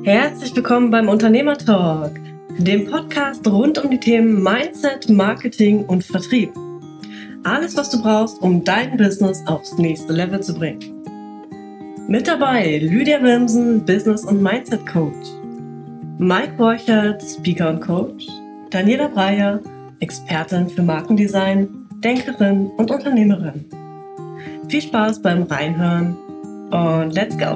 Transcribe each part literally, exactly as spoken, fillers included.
Herzlich willkommen beim Unternehmertalk, dem Podcast rund um die Themen Mindset, Marketing und Vertrieb. Alles, was du brauchst, um dein Business aufs nächste Level zu bringen. Mit dabei Lydia Wilmsen, Business- und Mindset-Coach, Mike Borchert, Speaker und Coach, Daniela Breyer, Expertin für Markendesign, Denkerin und Unternehmerin. Viel Spaß beim Reinhören und let's go!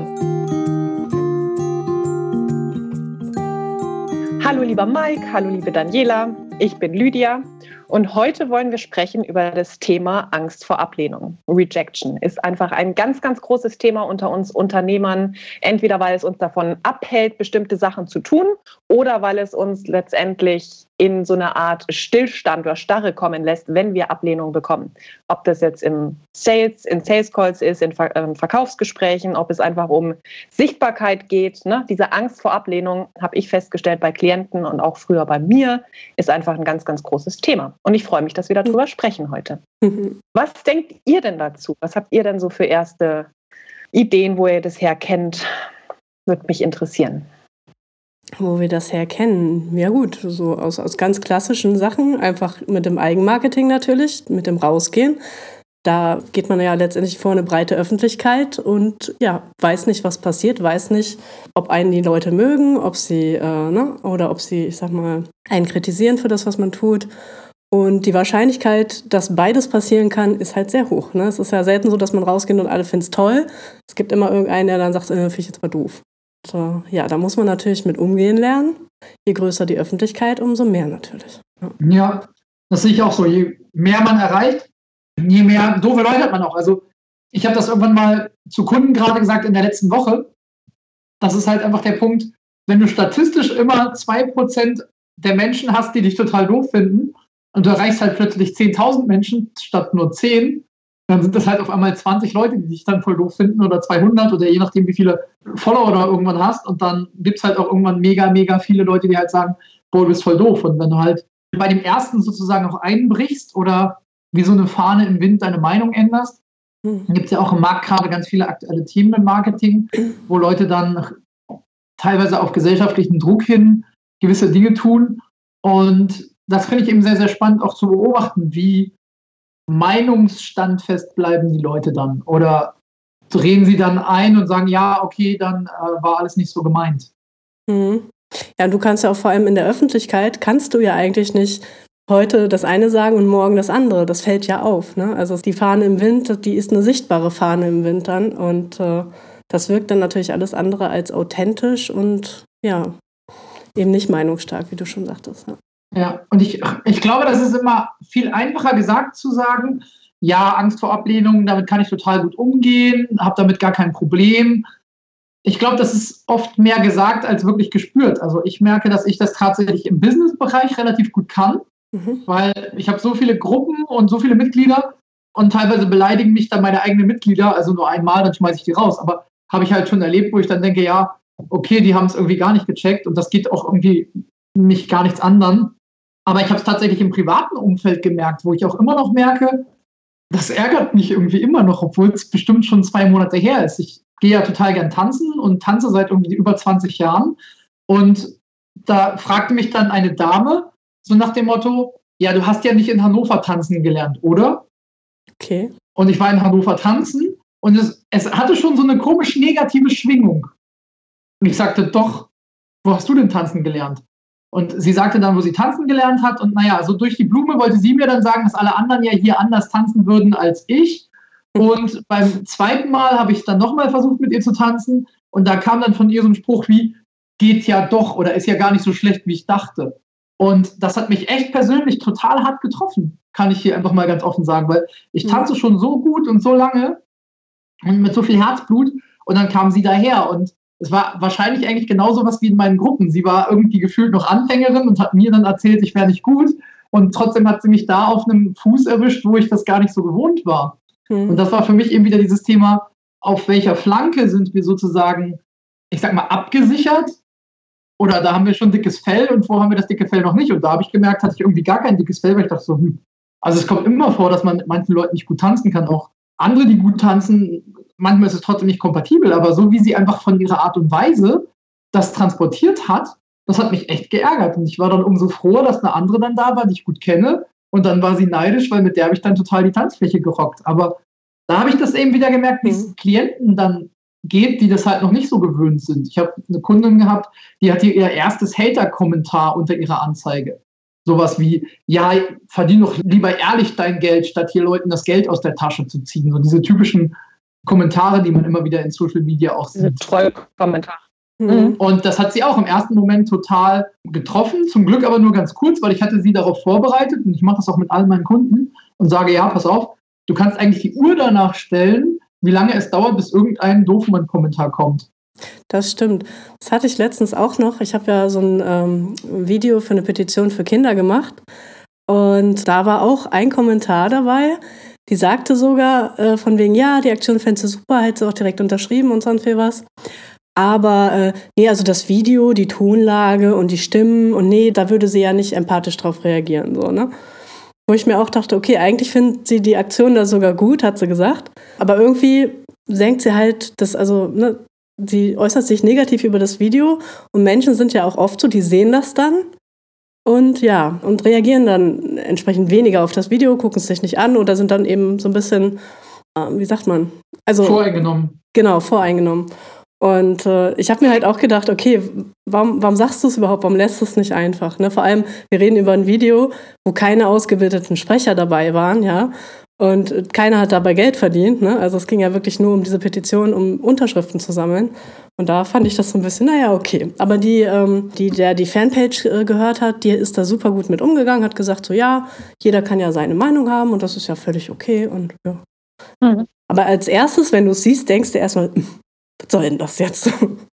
Hallo lieber Mike, hallo liebe Daniela, ich bin Lydia und heute wollen wir sprechen über das Thema Angst vor Ablehnung. Rejection ist einfach ein ganz, ganz großes Thema unter uns Unternehmern, entweder weil es uns davon abhält, bestimmte Sachen zu tun oder weil es uns letztendlich in so eine Art Stillstand oder Starre kommen lässt, wenn wir Ablehnung bekommen. Ob das jetzt im Sales, in Sales Calls ist, in Ver- äh, Verkaufsgesprächen, ob es einfach um Sichtbarkeit geht. Ne? Diese Angst vor Ablehnung, habe ich festgestellt bei Klienten und auch früher bei mir, ist einfach ein ganz, ganz großes Thema. Und ich freue mich, dass wir darüber sprechen heute. Mhm. Was denkt ihr denn dazu? Was habt ihr denn so für erste Ideen, wo ihr das herkennt? Würde mich interessieren. Wo wir das herkennen? Ja gut, so aus, aus ganz klassischen Sachen, einfach mit dem Eigenmarketing natürlich, mit dem Rausgehen. Da geht man ja letztendlich vor eine breite Öffentlichkeit und ja, weiß nicht, was passiert, weiß nicht, ob einen die Leute mögen, ob sie, äh, ne, oder ob sie, ich sag mal, einen kritisieren für das, was man tut. Und die Wahrscheinlichkeit, dass beides passieren kann, ist halt sehr hoch. Ne? Es ist ja selten so, dass man rausgeht und alle finden es toll. Es gibt immer irgendeinen, der dann sagt, äh, finde ich jetzt mal doof. So, ja, da muss man natürlich mit umgehen lernen. Je größer die Öffentlichkeit, umso mehr natürlich. Ja, ja, das sehe ich auch so. Je mehr man erreicht, je mehr doofe Leute hat man auch. Also ich habe das irgendwann mal zu Kunden gerade gesagt in der letzten Woche. Das ist halt einfach der Punkt, wenn du statistisch immer zwei Prozent der Menschen hast, die dich total doof finden und du erreichst halt plötzlich zehntausend Menschen statt nur zehn, dann sind das halt auf einmal zwanzig Leute, die dich dann voll doof finden oder zweihundert oder je nachdem, wie viele Follower du irgendwann hast. Und dann gibt es halt auch irgendwann mega, mega viele Leute, die halt sagen, boah, du bist voll doof. Und wenn du halt bei dem ersten sozusagen auch einbrichst oder wie so eine Fahne im Wind deine Meinung änderst, mhm. dann gibt es ja auch im Markt gerade ganz viele aktuelle Themen im Marketing, wo Leute dann teilweise auf gesellschaftlichen Druck hin gewisse Dinge tun. Und das finde ich eben sehr, sehr spannend auch zu beobachten, wie meinungsstandfest bleiben die Leute dann? Oder drehen sie dann ein und sagen, ja, okay, dann äh, war alles nicht so gemeint? Mhm. Ja, du kannst ja auch vor allem in der Öffentlichkeit, kannst du ja eigentlich nicht heute das eine sagen und morgen das andere. Das fällt ja auf. Ne? Also die Fahne im Wind, die ist eine sichtbare Fahne im Wind dann. Und äh, das wirkt dann natürlich alles andere als authentisch und ja, eben nicht meinungsstark, wie du schon sagtest. Ja. Ja, und ich, ich glaube, das ist immer viel einfacher gesagt zu sagen, ja, Angst vor Ablehnung, damit kann ich total gut umgehen, habe damit gar kein Problem. Ich glaube, das ist oft mehr gesagt als wirklich gespürt. Also ich merke, dass ich das tatsächlich im Businessbereich relativ gut kann, mhm. weil ich habe so viele Gruppen und so viele Mitglieder und teilweise beleidigen mich dann meine eigenen Mitglieder, also nur einmal, dann schmeiße ich die raus. Aber habe ich halt schon erlebt, wo ich dann denke, ja, okay, die haben es irgendwie gar nicht gecheckt und das geht auch irgendwie mich gar nichts anderen. Aber ich habe es tatsächlich im privaten Umfeld gemerkt, wo ich auch immer noch merke, das ärgert mich irgendwie immer noch, obwohl es bestimmt schon zwei Monate her ist. Ich gehe ja total gern tanzen und tanze seit irgendwie über zwanzig Jahren. Und da fragte mich dann eine Dame so nach dem Motto, ja, du hast ja nicht in Hannover tanzen gelernt, oder? Okay. Und ich war in Hannover tanzen und es, es hatte schon so eine komisch negative Schwingung. Und ich sagte, doch, wo hast du denn tanzen gelernt? Und sie sagte dann, wo sie tanzen gelernt hat. Und naja, so durch die Blume wollte sie mir dann sagen, dass alle anderen ja hier anders tanzen würden als ich. Und beim zweiten Mal habe ich dann nochmal versucht, mit ihr zu tanzen. Und da kam dann von ihr so ein Spruch wie, geht ja doch oder ist ja gar nicht so schlecht, wie ich dachte. Und das hat mich echt persönlich total hart getroffen, kann ich hier einfach mal ganz offen sagen. Weil ich tanze schon so gut und so lange und mit so viel Herzblut. Und dann kam sie daher und es war wahrscheinlich eigentlich genauso was wie in meinen Gruppen. Sie war irgendwie gefühlt noch Anfängerin und hat mir dann erzählt, ich wäre nicht gut. Und trotzdem hat sie mich da auf einem Fuß erwischt, wo ich das gar nicht so gewohnt war. Mhm. Und das war für mich eben wieder dieses Thema, auf welcher Flanke sind wir sozusagen, ich sag mal, abgesichert? Oder da haben wir schon dickes Fell und wo haben wir das dicke Fell noch nicht? Und da habe ich gemerkt, hatte ich irgendwie gar kein dickes Fell, weil ich dachte so, hm. Also es kommt immer vor, dass man mit manchen Leuten nicht gut tanzen kann. Auch andere, die gut tanzen, manchmal ist es trotzdem nicht kompatibel, aber so wie sie einfach von ihrer Art und Weise das transportiert hat, das hat mich echt geärgert. Und ich war dann umso froher, dass eine andere dann da war, die ich gut kenne. Und dann war sie neidisch, weil mit der habe ich dann total die Tanzfläche gerockt. Aber da habe ich das eben wieder gemerkt, wie es Klienten dann geht, die das halt noch nicht so gewöhnt sind. Ich habe eine Kundin gehabt, die hatte ihr erstes Hater-Kommentar unter ihrer Anzeige. Sowas wie, ja, verdien doch lieber ehrlich dein Geld, statt hier Leuten das Geld aus der Tasche zu ziehen. So diese typischen Kommentare, die man immer wieder in Social Media auch sieht. Diese Trollkommentare. Mhm. Und das hat sie auch im ersten Moment total getroffen, zum Glück aber nur ganz kurz, weil ich hatte sie darauf vorbereitet und ich mache das auch mit allen meinen Kunden und sage, ja, pass auf, du kannst eigentlich die Uhr danach stellen, wie lange es dauert, bis irgendein Doofmann-Kommentar kommt. Das stimmt. Das hatte ich letztens auch noch. Ich habe ja so ein ähm, Video für eine Petition für Kinder gemacht und da war auch ein Kommentar dabei, die sagte sogar äh, von wegen, ja, die Aktion fände sie super, hätte sie auch direkt unterschrieben und sonst wie was. Aber äh, nee, also das Video, die Tonlage und die Stimmen und nee, da würde sie ja nicht empathisch drauf reagieren, so, ne? Wo ich mir auch dachte, okay, eigentlich findet sie die Aktion da sogar gut, hat sie gesagt. Aber irgendwie senkt sie halt das, also, ne, sie äußert sich negativ über das Video und Menschen sind ja auch oft so, die sehen das dann und ja, und reagieren dann entsprechend weniger auf das Video, gucken es sich nicht an oder sind dann eben so ein bisschen, äh, wie sagt man? Also, voreingenommen. Genau, voreingenommen. Und äh, ich habe mir halt auch gedacht, okay, warum, warum sagst du es überhaupt, warum lässt du es nicht einfach? Ne? Vor allem, wir reden über ein Video, wo keine ausgebildeten Sprecher dabei waren, ja, und keiner hat dabei Geld verdient, ne? Also es ging ja wirklich nur um diese Petition, um Unterschriften zu sammeln. Und da fand ich das so ein bisschen, naja, okay. Aber die, ähm, die, der die Fanpage äh, gehört hat, die ist da super gut mit umgegangen, hat gesagt so, ja, jeder kann ja seine Meinung haben und das ist ja völlig okay und ja. Mhm. Aber als erstes, wenn du es siehst, denkst du erstmal, was soll denn das jetzt?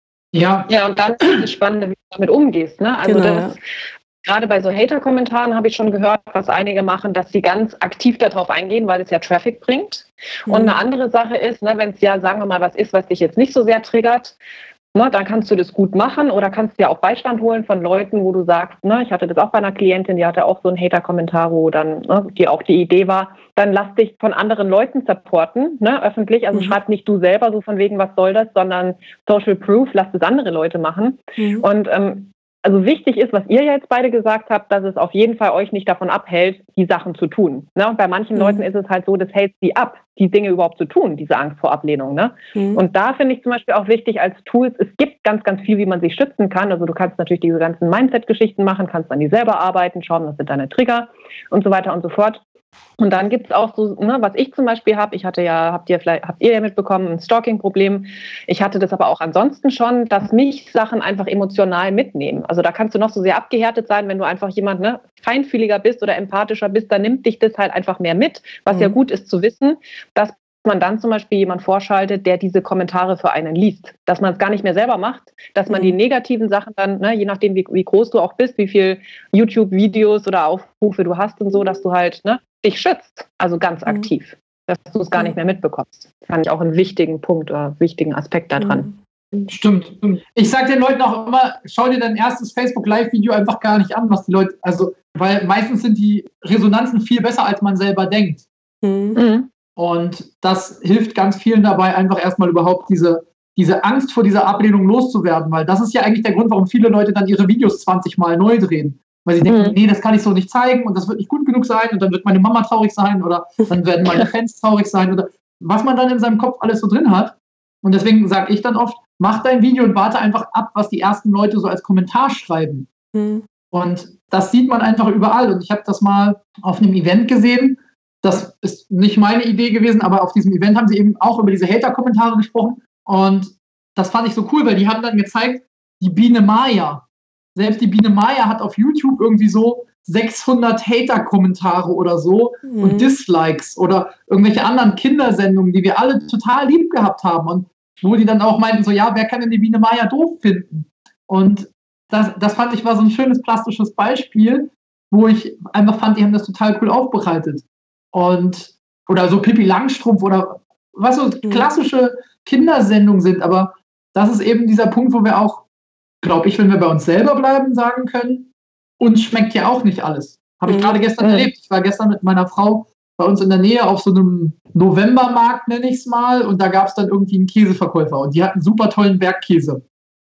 Ja. Ja, und dann ist es spannend, wie du damit umgehst. Ne? Also genau, das, ja. Gerade bei so Hater-Kommentaren habe ich schon gehört, was einige machen, dass sie ganz aktiv darauf eingehen, weil es ja Traffic bringt. Mhm. Und eine andere Sache ist, ne, wenn es ja, sagen wir mal, was ist, was dich jetzt nicht so sehr triggert, ne, dann kannst du das gut machen oder kannst dir auch Beistand holen von Leuten, wo du sagst, ne, ich hatte das auch bei einer Klientin, die hatte auch so einen Hater-Kommentar, wo dann, ne, die auch die Idee war, dann lass dich von anderen Leuten supporten, ne, öffentlich, also mhm. schreib nicht du selber so von wegen, was soll das, sondern Social Proof, lass das andere Leute machen. Mhm. Und ähm, also wichtig ist, was ihr jetzt beide gesagt habt, dass es auf jeden Fall euch nicht davon abhält, die Sachen zu tun. Ne? Und bei manchen mhm. Leuten ist es halt so, das hält sie ab, die Dinge überhaupt zu tun, diese Angst vor Ablehnung. Ne? Mhm. Und da finde ich zum Beispiel auch wichtig als Tools, es gibt ganz, ganz viel, wie man sich schützen kann. Also du kannst natürlich diese ganzen Mindset-Geschichten machen, kannst an die selber arbeiten, schauen, was sind deine Trigger und so weiter und so fort. Und dann gibt es auch so, ne, was ich zum Beispiel habe, ich hatte ja, habt ihr vielleicht, habt ihr ja mitbekommen, ein Stalking-Problem. Ich hatte das aber auch ansonsten schon, dass mich Sachen einfach emotional mitnehmen. Also da kannst du noch so sehr abgehärtet sein, wenn du einfach jemand, ne, feinfühliger bist oder empathischer bist, dann nimmt dich das halt einfach mehr mit, was mhm. ja gut ist zu wissen, dass man dann zum Beispiel jemand vorschaltet, der diese Kommentare für einen liest. Dass man es gar nicht mehr selber macht, dass man mhm. die negativen Sachen dann, ne, je nachdem wie, wie groß du auch bist, wie viel YouTube-Videos oder Aufrufe du hast und so, dass du halt, ne, dich schützt, also ganz aktiv, dass du es gar nicht mehr mitbekommst. Das fand ich auch einen wichtigen Punkt oder wichtigen Aspekt daran. Stimmt. Ich sage den Leuten auch immer, schau dir dein erstes Facebook-Live-Video einfach gar nicht an, was die Leute, also, weil meistens sind die Resonanzen viel besser, als man selber denkt. Mhm. Und das hilft ganz vielen dabei, einfach erstmal überhaupt diese, diese Angst vor dieser Ablehnung loszuwerden, weil das ist ja eigentlich der Grund, warum viele Leute dann ihre Videos zwanzig Mal neu drehen. Weil sie denken, mhm. nee, das kann ich so nicht zeigen und das wird nicht gut genug sein und dann wird meine Mama traurig sein oder dann werden meine Fans traurig sein oder was man dann in seinem Kopf alles so drin hat. Und deswegen sage ich dann oft, mach dein Video und warte einfach ab, was die ersten Leute so als Kommentar schreiben. Mhm. Und das sieht man einfach überall. Und ich habe das mal auf einem Event gesehen. Das ist nicht meine Idee gewesen, aber auf diesem Event haben sie eben auch über diese Hater-Kommentare gesprochen. Und das fand ich so cool, weil die haben dann gezeigt, die Biene Maya. Selbst die Biene Maya hat auf YouTube irgendwie so sechshundert Hater-Kommentare oder so mhm. und Dislikes oder irgendwelche anderen Kindersendungen, die wir alle total lieb gehabt haben und wo die dann auch meinten so, ja, wer kann denn die Biene Maya doof finden? Und das, das fand ich war so ein schönes plastisches Beispiel, wo ich einfach fand, die haben das total cool aufbereitet. Und, oder so Pippi Langstrumpf oder was so klassische Kindersendungen sind, aber das ist eben dieser Punkt, wo wir auch, glaube ich, wenn wir bei uns selber bleiben, sagen können, uns schmeckt ja auch nicht alles. Habe ich mhm. gerade gestern mhm. erlebt. Ich war gestern mit meiner Frau bei uns in der Nähe auf so einem Novembermarkt, nenne ich es mal, und da gab es dann irgendwie einen Käseverkäufer und die hatten super tollen Bergkäse.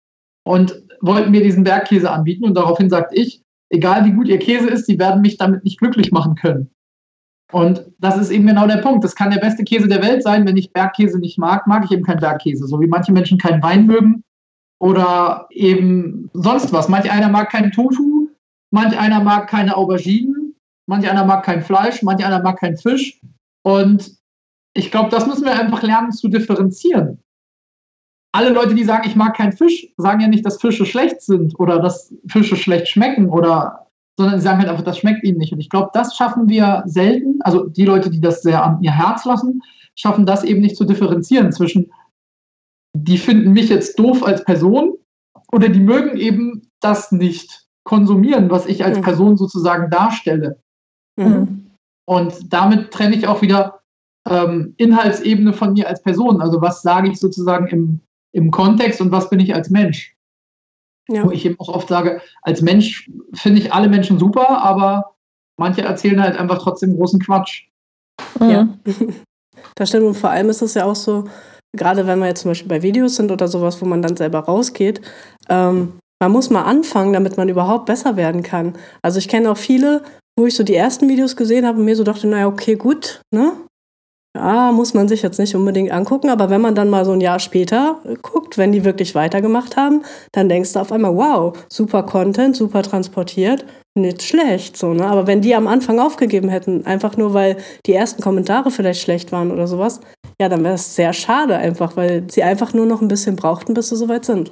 und wollten mir diesen Bergkäse anbieten. Und daraufhin sagte ich, egal wie gut ihr Käse ist, sie werden mich damit nicht glücklich machen können. Und das ist eben genau der Punkt. Das kann der beste Käse der Welt sein. Wenn ich Bergkäse nicht mag, mag ich eben keinen Bergkäse. So wie manche Menschen keinen Wein mögen oder eben sonst was. Manch einer mag keinen Tofu, manch einer mag keine Auberginen, manch einer mag kein Fleisch, manch einer mag keinen Fisch. Und ich glaube, das müssen wir einfach lernen zu differenzieren. Alle Leute, die sagen, ich mag keinen Fisch, sagen ja nicht, dass Fische schlecht sind oder dass Fische schlecht schmecken, oder, sondern sie sagen halt einfach, das schmeckt ihnen nicht. Und ich glaube, das schaffen wir selten. Also die Leute, die das sehr an ihr Herz lassen, schaffen das eben nicht zu differenzieren zwischen, die finden mich jetzt doof als Person oder die mögen eben das nicht konsumieren, was ich als Person sozusagen darstelle. Mhm. Und damit trenne ich auch wieder ähm, Inhaltsebene von mir als Person. Also was sage ich sozusagen im im Kontext und was bin ich als Mensch. Ja. Wo ich eben auch oft sage, als Mensch finde ich alle Menschen super, aber manche erzählen halt einfach trotzdem großen Quatsch. Ja, das stimmt. Und vor allem ist es ja auch so, gerade wenn wir jetzt zum Beispiel bei Videos sind oder sowas, wo man dann selber rausgeht, ähm, man muss mal anfangen, damit man überhaupt besser werden kann. Also ich kenne auch viele, wo ich so die ersten Videos gesehen habe und mir so dachte, naja, okay, gut, ne? Ja, muss man sich jetzt nicht unbedingt angucken, aber wenn man dann mal so ein Jahr später guckt, wenn die wirklich weitergemacht haben, dann denkst du auf einmal, wow, super Content, super transportiert, nicht schlecht. So, ne? Aber wenn die am Anfang aufgegeben hätten, einfach nur, weil die ersten Kommentare vielleicht schlecht waren oder sowas, ja, dann wäre es sehr schade einfach, weil sie einfach nur noch ein bisschen brauchten, bis sie soweit sind.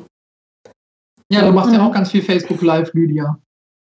Ja, du machst ja auch ganz viel Facebook Live, Lydia.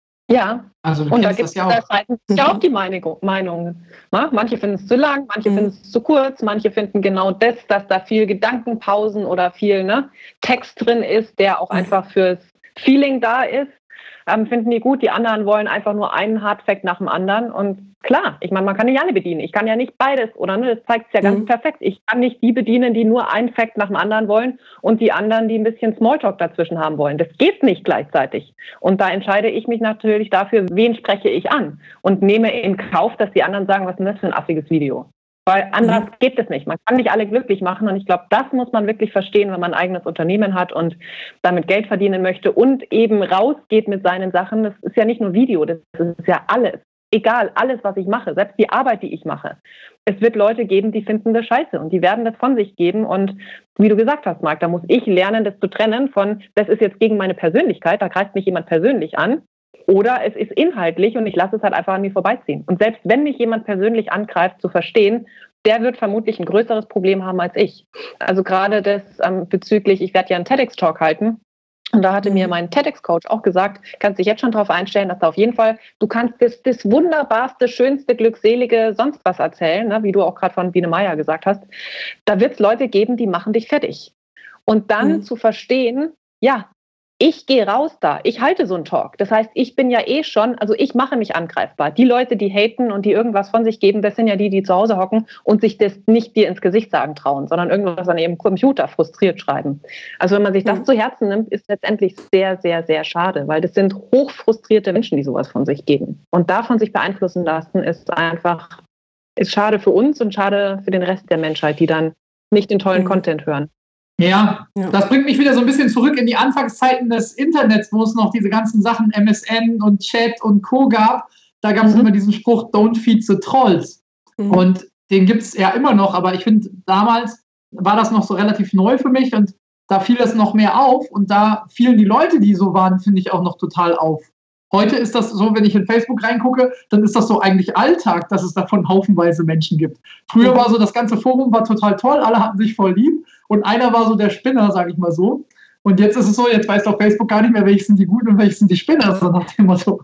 Ja, also, und da gibt es ja auch, ja auch die Meinung, Meinungen. Manche finden es zu lang, manche mhm. finden es zu kurz, manche finden genau das, dass da viel Gedankenpausen oder viel ne, Text drin ist, der auch mhm. einfach fürs Feeling da ist. Ähm, finden die gut, die anderen wollen einfach nur einen Hardfact nach dem anderen. Und klar, ich meine, man kann nicht alle bedienen. Ich kann ja nicht beides, oder ne? Das zeigt es ja ganz mhm. perfekt. Ich kann nicht die bedienen, die nur einen Fact nach dem anderen wollen und die anderen, die ein bisschen Smalltalk dazwischen haben wollen. Das geht nicht gleichzeitig. Und da entscheide ich mich natürlich dafür, wen spreche ich an und nehme in Kauf, dass die anderen sagen, was ist denn das für ein affiges Video? Weil anders mhm. geht es nicht. Man kann nicht alle glücklich machen und ich glaube, das muss man wirklich verstehen, wenn man ein eigenes Unternehmen hat und damit Geld verdienen möchte und eben rausgeht mit seinen Sachen. Das ist ja nicht nur Video, das ist ja alles. Egal, alles, was ich mache, selbst die Arbeit, die ich mache. Es wird Leute geben, die finden das scheiße und die werden das von sich geben und wie du gesagt hast, Marc, da muss ich lernen, das zu trennen von, das ist jetzt gegen meine Persönlichkeit, da greift mich jemand persönlich an. Oder es ist inhaltlich und ich lasse es halt einfach an mir vorbeiziehen. Und selbst wenn mich jemand persönlich angreift, zu verstehen, der wird vermutlich ein größeres Problem haben als ich. Also gerade das ähm, bezüglich, ich werde ja einen TEDx-Talk halten. Und da hatte mir mein TEDx-Coach auch gesagt, kannst dich jetzt schon darauf einstellen, dass da auf jeden Fall, du kannst das, das wunderbarste, schönste, glückselige sonst was erzählen, ne, wie du auch gerade von Biene Meier gesagt hast. Da wird es Leute geben, die machen dich fertig. Und dann mhm. zu verstehen, ja, ich gehe raus da, ich halte so einen Talk. Das heißt, ich bin ja eh schon, also ich mache mich angreifbar. Die Leute, die haten und die irgendwas von sich geben, das sind ja die, die zu Hause hocken und sich das nicht dir ins Gesicht sagen trauen, sondern irgendwas an ihrem Computer frustriert schreiben. Also wenn man sich das mhm. zu Herzen nimmt, ist letztendlich sehr, sehr, sehr schade, weil das sind hochfrustrierte Menschen, die sowas von sich geben. Und davon sich beeinflussen lassen, ist einfach, ist schade für uns und schade für den Rest der Menschheit, die dann nicht den tollen mhm. Content hören. Ja, ja, das bringt mich wieder so ein bisschen zurück in die Anfangszeiten des Internets, wo es noch diese ganzen Sachen M S N und Chat und Co. gab. Da gab es mhm. immer diesen Spruch, don't feed the trolls. Mhm. Und den gibt es ja immer noch, aber ich finde, damals war das noch so relativ neu für mich und da fiel das noch mehr auf und da fielen die Leute, die so waren, finde ich auch noch total auf. Heute ist das so, wenn ich in Facebook reingucke, dann ist das so eigentlich Alltag, dass es davon haufenweise Menschen gibt. Früher war so, das ganze Forum war total toll, alle hatten sich voll lieb und einer war so der Spinner, sage ich mal so. Und jetzt ist es so, jetzt weiß doch Facebook gar nicht mehr, welche sind die Guten und welche sind die Spinner, so nach dem Motto.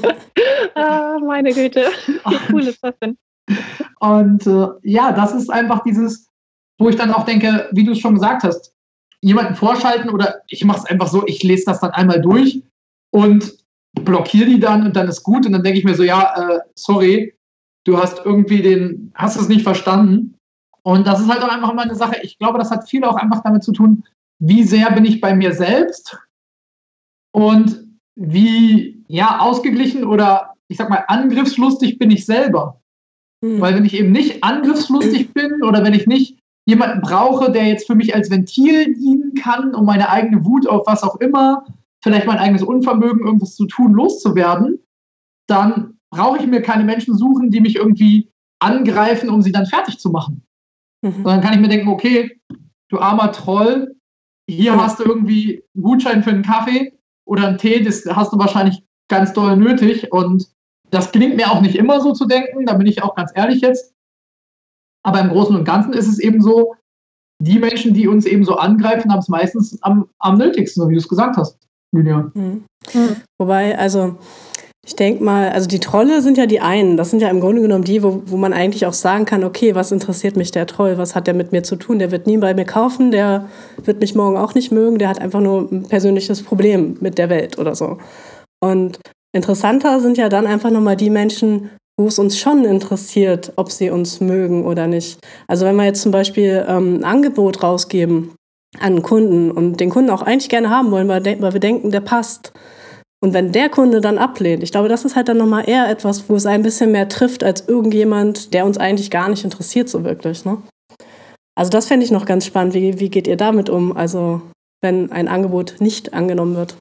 Ah, meine Güte, wie cool ist das denn? Und äh, ja, das ist einfach dieses, wo ich dann auch denke, wie du es schon gesagt hast, jemanden vorschalten oder ich mache es einfach so, ich lese das dann einmal durch und blockiere die dann und dann ist gut und dann denke ich mir so, ja, äh, sorry, du hast irgendwie den, hast es nicht verstanden und das ist halt auch einfach immer eine Sache, ich glaube, das hat viel auch einfach damit zu tun, wie sehr bin ich bei mir selbst und wie, ja, ausgeglichen oder ich sag mal, angriffslustig bin ich selber, mhm. weil wenn ich eben nicht angriffslustig bin oder wenn ich nicht jemanden brauche, der jetzt für mich als Ventil dienen kann, um meine eigene Wut auf was auch immer, vielleicht mein eigenes Unvermögen, irgendwas zu tun, loszuwerden, dann brauche ich mir keine Menschen suchen, die mich irgendwie angreifen, um sie dann fertig zu machen. Mhm. Sondern kann ich mir denken, okay, du armer Troll, hier ja. hast du irgendwie einen Gutschein für einen Kaffee oder einen Tee, das hast du wahrscheinlich ganz doll nötig. Und das gelingt mir auch nicht immer so zu denken, da bin ich auch ganz ehrlich jetzt. Aber im Großen und Ganzen ist es eben so, die Menschen, die uns eben so angreifen, haben es meistens am, am nötigsten, so wie du es gesagt hast, Lydia. Mhm. Mhm. Wobei, also ich denke mal, also die Trolle sind ja die einen, das sind ja im Grunde genommen die, wo, wo man eigentlich auch sagen kann, okay, was interessiert mich der Troll, was hat der mit mir zu tun, der wird nie bei mir kaufen, der wird mich morgen auch nicht mögen, der hat einfach nur ein persönliches Problem mit der Welt oder so. Und interessanter sind ja dann einfach nochmal die Menschen, wo es uns schon interessiert, ob sie uns mögen oder nicht. Also wenn wir jetzt zum Beispiel ähm, ein Angebot rausgeben an einen Kunden und den Kunden auch eigentlich gerne haben wollen, weil, weil wir denken, der passt. Und wenn der Kunde dann ablehnt, ich glaube, das ist halt dann nochmal eher etwas, wo es ein bisschen mehr trifft als irgendjemand, der uns eigentlich gar nicht interessiert so wirklich. Ne? Also das fände ich noch ganz spannend. Wie, wie geht ihr damit um, also wenn ein Angebot nicht angenommen wird?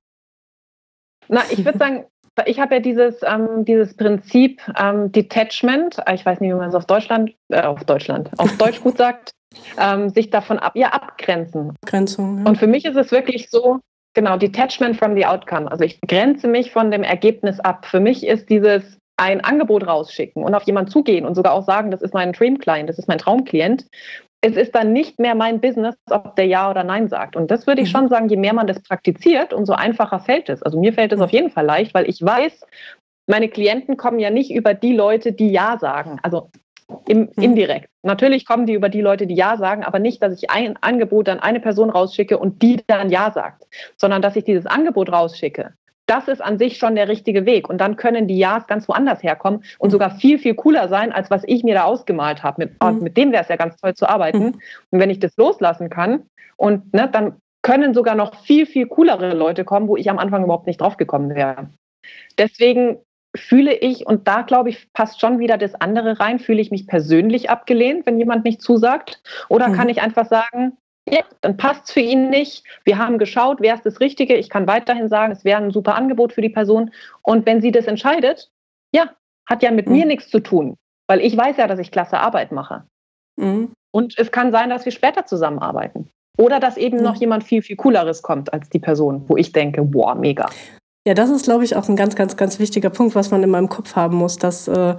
Na, ich würde sagen, ich habe ja dieses, ähm, dieses Prinzip ähm, Detachment, ich weiß nicht, wie man es auf Deutschland, äh, auf Deutschland, auf Deutsch gut sagt, ähm, sich davon ab, ja, abgrenzen. Abgrenzung, ja. Und für mich ist es wirklich so, genau, Detachment from the outcome. Also ich grenze mich von dem Ergebnis ab. Für mich ist dieses ein Angebot rausschicken und auf jemanden zugehen und sogar auch sagen, das ist mein Dream Client, das ist mein Traumklient. Es ist dann nicht mehr mein Business, ob der Ja oder Nein sagt. Und das würde ich schon sagen, je mehr man das praktiziert, umso einfacher fällt es. Also mir fällt es auf jeden Fall leicht, weil ich weiß, meine Klienten kommen ja nicht über die Leute, die Ja sagen. Also im, indirekt. Natürlich kommen die über die Leute, die Ja sagen, aber nicht, dass ich ein Angebot an eine Person rausschicke und die dann Ja sagt, sondern dass ich dieses Angebot rausschicke. Das ist an sich schon der richtige Weg. Und dann können die Ja's ganz woanders herkommen und sogar viel, viel cooler sein, als was ich mir da ausgemalt habe. Mit, mhm. mit dem wäre es ja ganz toll zu arbeiten. Mhm. Und wenn ich das loslassen kann, und ne, dann können sogar noch viel, viel coolere Leute kommen, wo ich am Anfang überhaupt nicht drauf gekommen wäre. Deswegen fühle ich, und da glaube ich, passt schon wieder das andere rein, fühle ich mich persönlich abgelehnt, wenn jemand nicht zusagt? Oder mhm. kann ich einfach sagen, ja, dann passt es für ihn nicht. Wir haben geschaut, wer ist das Richtige. Ich kann weiterhin sagen, es wäre ein super Angebot für die Person. Und wenn sie das entscheidet, ja, hat ja mit mhm. mir nichts zu tun. Weil ich weiß ja, dass ich klasse Arbeit mache. Mhm. Und es kann sein, dass wir später zusammenarbeiten. Oder dass eben mhm. noch jemand viel, viel Cooleres kommt als die Person, wo ich denke, boah, mega. Ja, das ist, glaube ich, auch ein ganz, ganz, ganz wichtiger Punkt, was man in meinem Kopf haben muss, dass äh,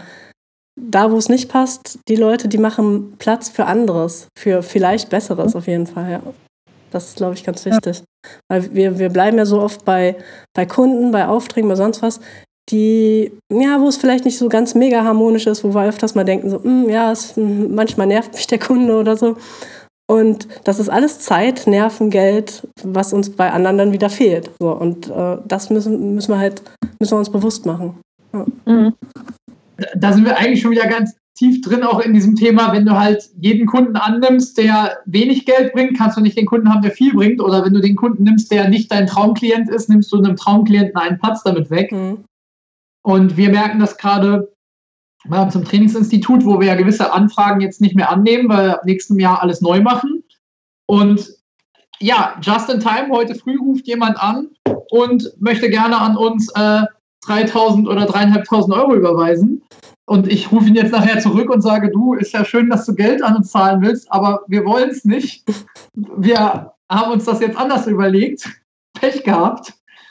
da, wo es nicht passt, die Leute, die machen Platz für anderes, für vielleicht Besseres auf jeden Fall, ja. Das ist, glaube ich, ganz wichtig. Ja. Weil wir, wir bleiben ja so oft bei, bei Kunden, bei Aufträgen, bei sonst was, die, ja, wo es vielleicht nicht so ganz mega harmonisch ist, wo wir öfters mal denken, so, mh, ja, es, manchmal nervt mich der Kunde oder so. Und das ist alles Zeit, Nerven, Geld, was uns bei anderen dann wieder fehlt. So, und äh, das müssen, müssen wir halt, müssen wir uns bewusst machen. Ja. Mhm. Da sind wir eigentlich schon wieder ganz tief drin, auch in diesem Thema, wenn du halt jeden Kunden annimmst, der wenig Geld bringt, kannst du nicht den Kunden haben, der viel bringt. Oder wenn du den Kunden nimmst, der nicht dein Traumklient ist, nimmst du einem Traumklienten einen Platz damit weg. Mhm. Und wir merken das gerade ja, zum Trainingsinstitut, wo wir ja gewisse Anfragen jetzt nicht mehr annehmen, weil wir ab nächstem Jahr alles neu machen. Und ja, just in time, heute früh ruft jemand an und möchte gerne an uns äh, dreitausend oder dreieinhalbtausend Euro überweisen. Und ich rufe ihn jetzt nachher zurück und sage, du, ist ja schön, dass du Geld an uns zahlen willst, aber wir wollen es nicht. Wir haben uns das jetzt anders überlegt. Pech gehabt.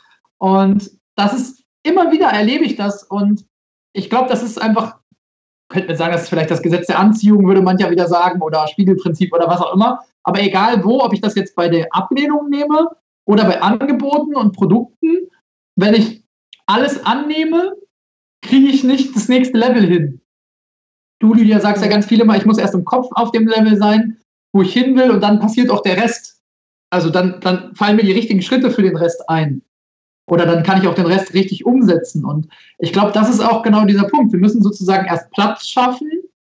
Und das ist, immer wieder erlebe ich das. Und ich glaube, das ist einfach, könnte man sagen, das ist vielleicht das Gesetz der Anziehung, würde man ja wieder sagen, oder Spiegelprinzip oder was auch immer. Aber egal wo, ob ich das jetzt bei der Ablehnung nehme oder bei Angeboten und Produkten, wenn ich alles annehme, kriege ich nicht das nächste Level hin. Du, Lydia, sagst ja ganz viele Mal, ich muss erst im Kopf auf dem Level sein, wo ich hin will, und dann passiert auch der Rest. Also dann, dann fallen mir die richtigen Schritte für den Rest ein. Oder dann kann ich auch den Rest richtig umsetzen. Und ich glaube, das ist auch genau dieser Punkt. Wir müssen sozusagen erst Platz schaffen,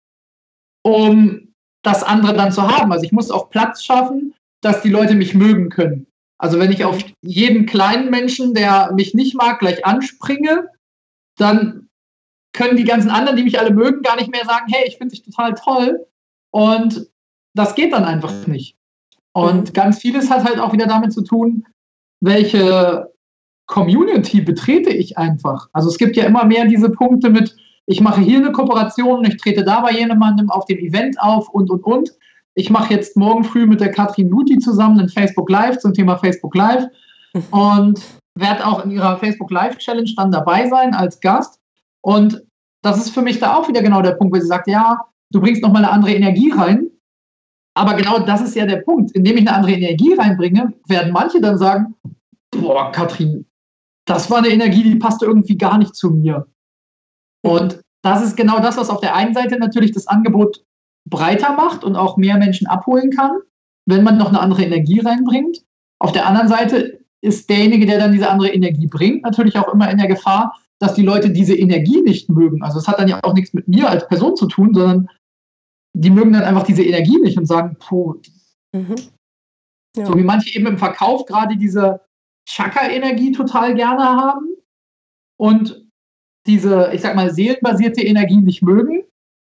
um das andere dann zu haben. Also ich muss auch Platz schaffen, dass die Leute mich mögen können. Also wenn ich auf jeden kleinen Menschen, der mich nicht mag, gleich anspringe, dann können die ganzen anderen, die mich alle mögen, gar nicht mehr sagen, hey, ich finde dich total toll. Und das geht dann einfach nicht. Und ganz vieles hat halt auch wieder damit zu tun, welche Community betrete ich einfach. Also es gibt ja immer mehr diese Punkte mit, ich mache hier eine Kooperation, ich trete da bei jemandem auf dem Event auf und, und, und. Ich mache jetzt morgen früh mit der Katrin Luthi zusammen ein Facebook Live zum Thema Facebook Live und werde auch in ihrer Facebook Live Challenge dann dabei sein als Gast. Und das ist für mich da auch wieder genau der Punkt, wo sie sagt, ja, du bringst nochmal eine andere Energie rein. Aber genau das ist ja der Punkt. Indem ich eine andere Energie reinbringe, werden manche dann sagen, boah, Katrin, das war eine Energie, die passte irgendwie gar nicht zu mir. Und das ist genau das, was auf der einen Seite natürlich das Angebot breiter macht und auch mehr Menschen abholen kann, wenn man noch eine andere Energie reinbringt. Auf der anderen Seite ist derjenige, der dann diese andere Energie bringt, natürlich auch immer in der Gefahr, dass die Leute diese Energie nicht mögen. Also es hat dann ja auch nichts mit mir als Person zu tun, sondern die mögen dann einfach diese Energie nicht und sagen, puh. Mhm. Ja. So wie manche eben im Verkauf gerade diese Chakra-Energie total gerne haben und diese, ich sag mal, seelenbasierte Energie nicht mögen,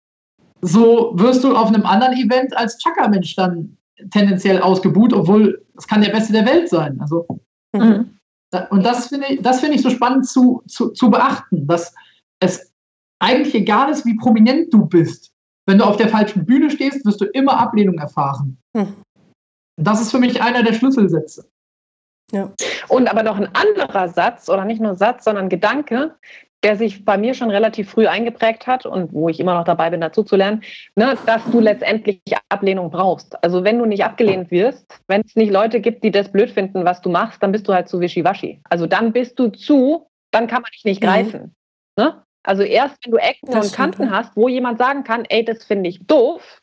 so wirst du auf einem anderen Event als Chakra-Mensch dann tendenziell ausgebuht, obwohl es kann der Beste der Welt sein. Also, mhm. da, und das finde ich, das finde ich so spannend zu, zu, zu beachten, dass es eigentlich egal ist, wie prominent du bist. Wenn du auf der falschen Bühne stehst, wirst du immer Ablehnung erfahren. Mhm. Das ist für mich einer der Schlüsselsätze. Ja. Und aber noch ein anderer Satz, oder nicht nur Satz, sondern Gedanke, der sich bei mir schon relativ früh eingeprägt hat und wo ich immer noch dabei bin, dazu zu lernen, ne, dass du letztendlich Ablehnung brauchst. Also wenn du nicht abgelehnt wirst, wenn es nicht Leute gibt, die das blöd finden, was du machst, dann bist du halt zu wischiwaschi. Also dann bist du zu, dann kann man dich nicht greifen. Mhm. Ne? Also erst, wenn du Ecken das und Kanten stimmt. hast, wo jemand sagen kann, ey, das finde ich doof,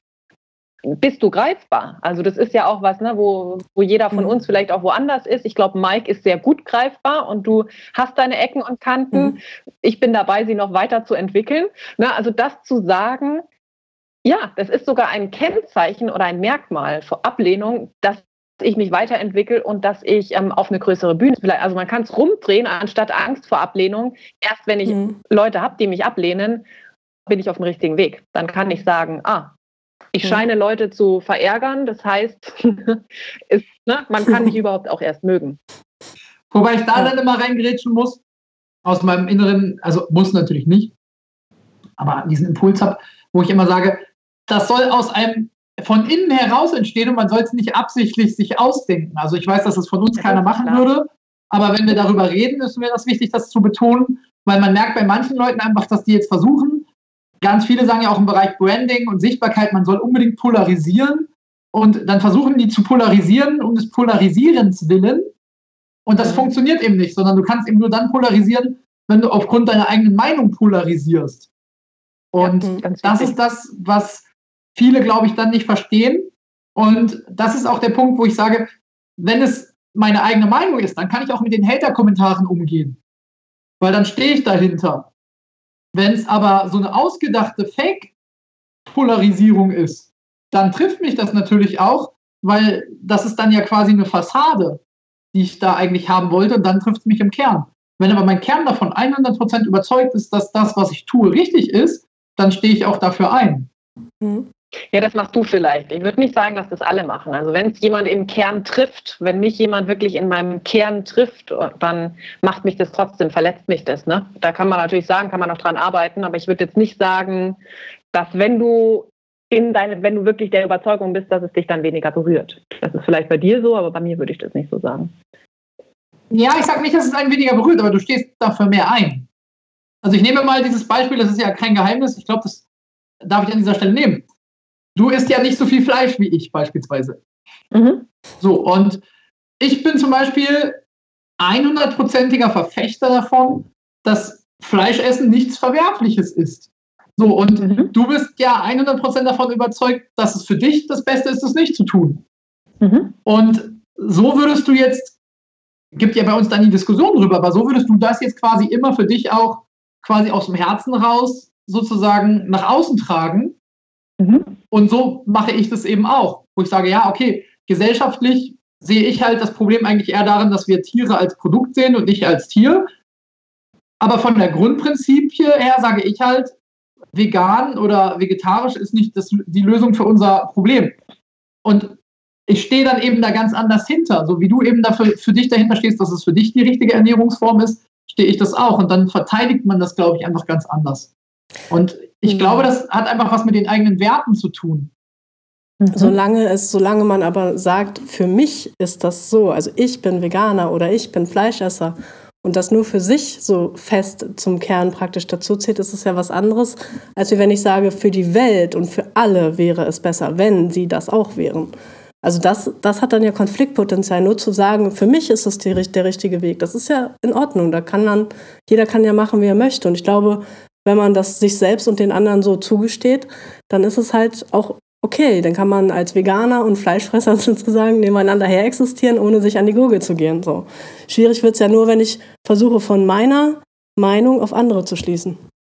bist du greifbar. Also das ist ja auch was, ne, wo, wo jeder von mhm. uns vielleicht auch woanders ist. Ich glaube, Mike ist sehr gut greifbar und du hast deine Ecken und Kanten. Mhm. Ich bin dabei, sie noch weiter zu entwickeln. Ne, also das zu sagen, ja, das ist sogar ein Kennzeichen oder ein Merkmal für Ablehnung, dass ich mich weiterentwickle und dass ich ähm, auf eine größere Bühne vielleicht, also man kann es rumdrehen, anstatt Angst vor Ablehnung. Erst wenn ich mhm. Leute habe, die mich ablehnen, bin ich auf dem richtigen Weg. Dann kann ich sagen, ah, ich scheine Leute zu verärgern, das heißt, ist, ne, man kann mich überhaupt auch erst mögen. Wobei ich da dann immer reingrätschen muss, aus meinem Inneren, also muss natürlich nicht, aber diesen Impuls habe, wo ich immer sage, das soll aus einem von innen heraus entstehen und man soll es nicht absichtlich sich ausdenken. Also ich weiß, dass es von uns ja, keiner machen klar. würde, aber wenn wir darüber reden, ist mir das wichtig, das zu betonen, weil man merkt bei manchen Leuten einfach, dass die jetzt versuchen, ganz viele sagen ja auch im Bereich Branding und Sichtbarkeit, man soll unbedingt polarisieren und dann versuchen die zu polarisieren um des Polarisierens willen und das mhm. funktioniert eben nicht, sondern du kannst eben nur dann polarisieren, wenn du aufgrund deiner eigenen Meinung polarisierst. Und ja, das ist das, was viele, glaube ich, dann nicht verstehen und das ist auch der Punkt, wo ich sage, wenn es meine eigene Meinung ist, dann kann ich auch mit den Hater-Kommentaren umgehen, weil dann stehe ich dahinter. Wenn es aber so eine ausgedachte Fake-Polarisierung ist, dann trifft mich das natürlich auch, weil das ist dann ja quasi eine Fassade, die ich da eigentlich haben wollte und dann trifft es mich im Kern. Wenn aber mein Kern davon hundert Prozent überzeugt ist, dass das, was ich tue, richtig ist, dann stehe ich auch dafür ein. Mhm. Ja, das machst du vielleicht. Ich würde nicht sagen, dass das alle machen. Also wenn es jemand im Kern trifft, wenn mich jemand wirklich in meinem Kern trifft, dann macht mich das trotzdem, verletzt mich das. Ne? Da kann man natürlich sagen, kann man noch dran arbeiten, aber ich würde jetzt nicht sagen, dass wenn du in deine, wenn du wirklich der Überzeugung bist, dass es dich dann weniger berührt. Das ist vielleicht bei dir so, aber bei mir würde ich das nicht so sagen. Ja, ich sage nicht, dass es einen weniger berührt, aber du stehst dafür mehr ein. Also ich nehme mal dieses Beispiel, das ist ja kein Geheimnis, ich glaube, das darf ich an dieser Stelle nehmen. Du isst ja nicht so viel Fleisch wie ich beispielsweise. Mhm. So, und ich bin zum Beispiel hundertprozentiger Verfechter davon, dass Fleischessen nichts Verwerfliches ist. So, und mhm. du bist ja hundert Prozent davon überzeugt, dass es für dich das Beste ist, das nicht zu tun. Mhm. Und so würdest du jetzt, gibt ja bei uns dann die Diskussion drüber, aber so würdest du das jetzt quasi immer für dich auch quasi aus dem Herzen raus sozusagen nach außen tragen. Mhm. Und so mache ich das eben auch, wo ich sage, ja, okay, gesellschaftlich sehe ich halt das Problem eigentlich eher darin, dass wir Tiere als Produkt sehen und nicht als Tier. Aber von der Grundprinzipie her sage ich halt, vegan oder vegetarisch ist nicht das, die Lösung für unser Problem. Und ich stehe dann eben da ganz anders hinter. So wie du eben dafür für dich dahinter stehst, dass es für dich die richtige Ernährungsform ist, stehe ich das auch. Und dann verteidigt man das, glaube ich, einfach ganz anders. Und ich mhm. glaube, das hat einfach was mit den eigenen Werten zu tun. Mhm. Solange es, solange man aber sagt, für mich ist das so, also ich bin Veganer oder ich bin Fleischesser und das nur für sich so fest zum Kern praktisch dazu zählt, ist es ja was anderes, als wenn ich sage, für die Welt und für alle wäre es besser, wenn sie das auch wären. Also das, das hat dann ja Konfliktpotenzial, nur zu sagen, für mich ist das die, der richtige Weg. Das ist ja in Ordnung, da kann man, jeder kann ja machen, wie er möchte. Und ich glaube, wenn man das sich selbst und den anderen so zugesteht, dann ist es halt auch okay. Dann kann man als Veganer und Fleischfresser sozusagen nebeneinander her existieren, ohne sich an die Gurgel zu gehen. So. Schwierig wird es ja nur, wenn ich versuche, von meiner Meinung auf andere zu schließen.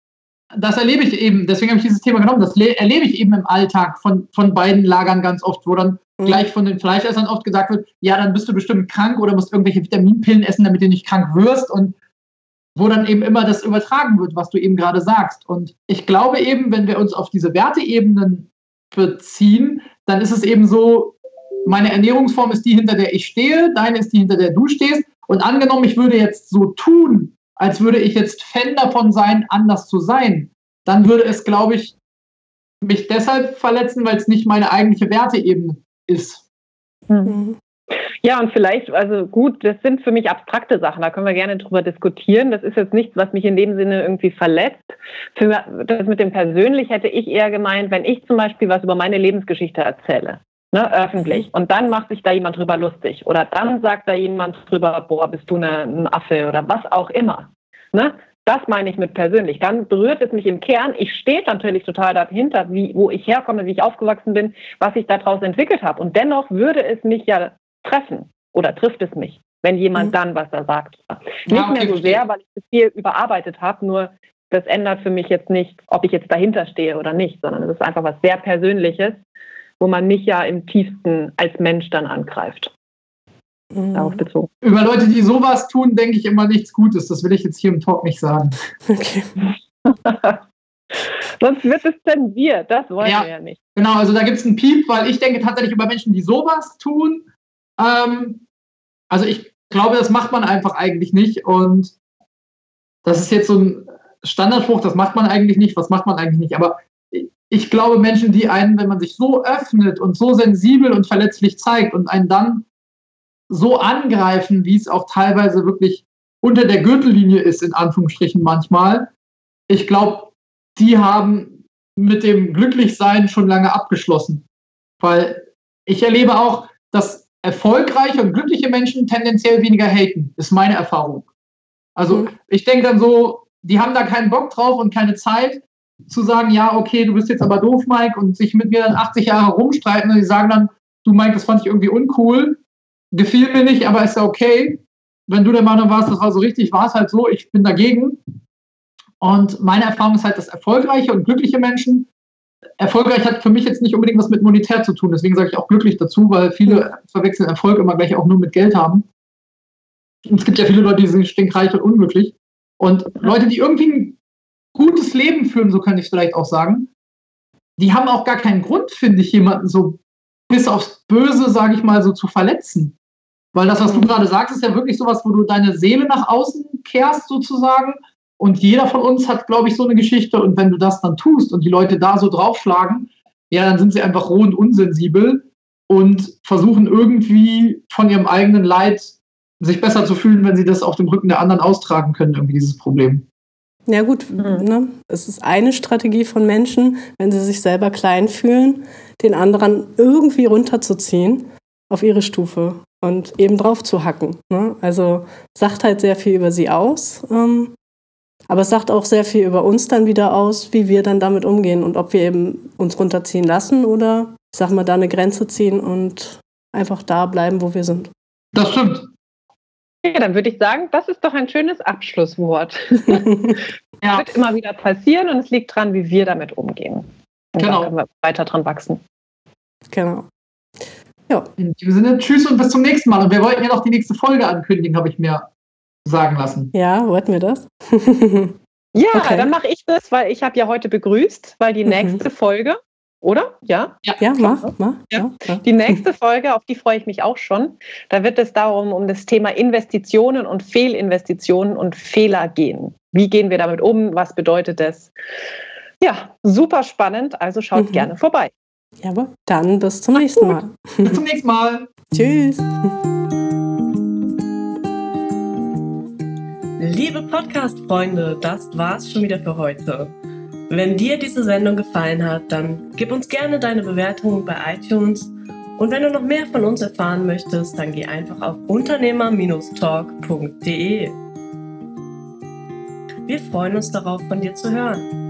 Das erlebe ich eben, deswegen habe ich dieses Thema genommen, das le- erlebe ich eben im Alltag von, von beiden Lagern ganz oft, wo dann mhm. gleich von den Fleischessern oft gesagt wird, ja, dann bist du bestimmt krank oder musst irgendwelche Vitaminpillen essen, damit du nicht krank wirst, und wo dann eben immer das übertragen wird, was du eben gerade sagst. Und ich glaube eben, wenn wir uns auf diese Werteebenen beziehen, dann ist es eben so, meine Ernährungsform ist die, hinter der ich stehe, deine ist die, hinter der du stehst, und angenommen, ich würde jetzt so tun, als würde ich jetzt Fan davon sein, anders zu sein, dann würde es, glaube ich, mich deshalb verletzen, weil es nicht meine eigentliche Werteebene ist. Mhm. Ja, und vielleicht, also gut, das sind für mich abstrakte Sachen, da können wir gerne drüber diskutieren. Das ist jetzt nichts, was mich in dem Sinne irgendwie verletzt. Für das mit dem persönlich hätte ich eher gemeint, wenn ich zum Beispiel was über meine Lebensgeschichte erzähle, ne, öffentlich, und dann macht sich da jemand drüber lustig oder dann sagt da jemand drüber, boah, bist du eine, ein Affe oder was auch immer. Ne? Das meine ich mit persönlich. Dann berührt es mich im Kern. Ich stehe natürlich total dahinter, wie, wo ich herkomme, wie ich aufgewachsen bin, was ich daraus entwickelt habe. Und dennoch würde es mich ja treffen oder trifft es mich, wenn jemand mhm. dann was da sagt. Nicht ja, okay, mehr so sehr, weil ich das viel überarbeitet habe, nur das ändert für mich jetzt nicht, ob ich jetzt dahinter stehe oder nicht, sondern es ist einfach was sehr Persönliches, wo man mich ja im tiefsten als Mensch dann angreift. Mhm. Darauf bezogen. Über Leute, die sowas tun, denke ich immer nichts Gutes. Das will ich jetzt hier im Talk nicht sagen. Okay. Sonst wird es zensiert. Das wollen ja, wir ja nicht. Genau, also da gibt es einen Piep, weil ich denke tatsächlich über Menschen, die sowas tun. Ähm, also ich glaube, das macht man einfach eigentlich nicht. Und das ist jetzt so ein Standardspruch, das macht man eigentlich nicht. Was macht man eigentlich nicht? Aber ich glaube, Menschen, die einen, wenn man sich so öffnet und so sensibel und verletzlich zeigt und einen dann so angreifen, wie es auch teilweise wirklich unter der Gürtellinie ist, in Anführungsstrichen manchmal, ich glaube, die haben mit dem Glücklichsein schon lange abgeschlossen. Weil ich erlebe auch, dass erfolgreiche und glückliche Menschen tendenziell weniger haten, ist meine Erfahrung. Also mhm. ich denke dann so, die haben da keinen Bock drauf und keine Zeit zu sagen, ja, okay, du bist jetzt aber doof, Mike, und sich mit mir dann achtzig Jahre rumstreiten, und die sagen dann, du, Mike, das fand ich irgendwie uncool, gefiel mir nicht, aber ist ja okay. Wenn du der Meinung warst, das war so richtig, war es halt so, ich bin dagegen. Und meine Erfahrung ist halt, dass erfolgreiche und glückliche Menschen, erfolgreich hat für mich jetzt nicht unbedingt was mit monetär zu tun, deswegen sage ich auch glücklich dazu, weil viele verwechseln Erfolg immer gleich auch nur mit Geld haben. Und es gibt ja viele Leute, die sind stinkreich und unglücklich. Und Leute, die irgendwie ein gutes Leben führen, so kann ich es vielleicht auch sagen, die haben auch gar keinen Grund, finde ich, jemanden so bis aufs Böse, sage ich mal, so zu verletzen. Weil das, was du gerade sagst, ist ja wirklich sowas, wo du deine Seele nach außen kehrst, sozusagen. Und jeder von uns hat, glaube ich, so eine Geschichte. Und wenn du das dann tust und die Leute da so draufschlagen, ja, dann sind sie einfach roh und unsensibel und versuchen irgendwie von ihrem eigenen Leid sich besser zu fühlen, wenn sie das auf dem Rücken der anderen austragen können, irgendwie dieses Problem. Ja gut, mhm. ne? Es ist eine Strategie von Menschen, wenn sie sich selber klein fühlen, den anderen irgendwie runterzuziehen auf ihre Stufe und eben drauf zu hacken. Ne? Also sagt halt sehr viel über sie aus, ähm, aber es sagt auch sehr viel über uns dann wieder aus, wie wir dann damit umgehen und ob wir eben uns runterziehen lassen oder, ich sag mal, da eine Grenze ziehen und einfach da bleiben, wo wir sind. Das stimmt. Ja, dann würde ich sagen, das ist doch ein schönes Abschlusswort. Ja. Wird immer wieder passieren und es liegt dran, wie wir damit umgehen. Und genau. Dann können wir weiter dran wachsen. Genau. Ja. In diesem Sinne, tschüss und bis zum nächsten Mal. Und wir wollten ja noch die nächste Folge ankündigen, habe ich mir sagen lassen. Ja, wollten wir das? Ja, okay. Dann mache ich das, weil ich habe ja heute begrüßt, weil die nächste mhm. Folge Oder? Ja? Ja, ja mach, mach. Ja. Ja. Die nächste Folge, auf die freue ich mich auch schon. Da wird es darum, um das Thema Investitionen und Fehlinvestitionen und Fehler gehen. Wie gehen wir damit um? Was bedeutet das? Ja, super spannend. Also schaut mhm. gerne vorbei. Jawohl, dann bis zum nächsten Mal. Bis zum nächsten Mal. Tschüss. Liebe Podcast-Freunde, das war's schon wieder für heute. Wenn dir diese Sendung gefallen hat, dann gib uns gerne deine Bewertung bei iTunes. Und wenn du noch mehr von uns erfahren möchtest, dann geh einfach auf unternehmer Talk punkt de. Wir freuen uns darauf, von dir zu hören.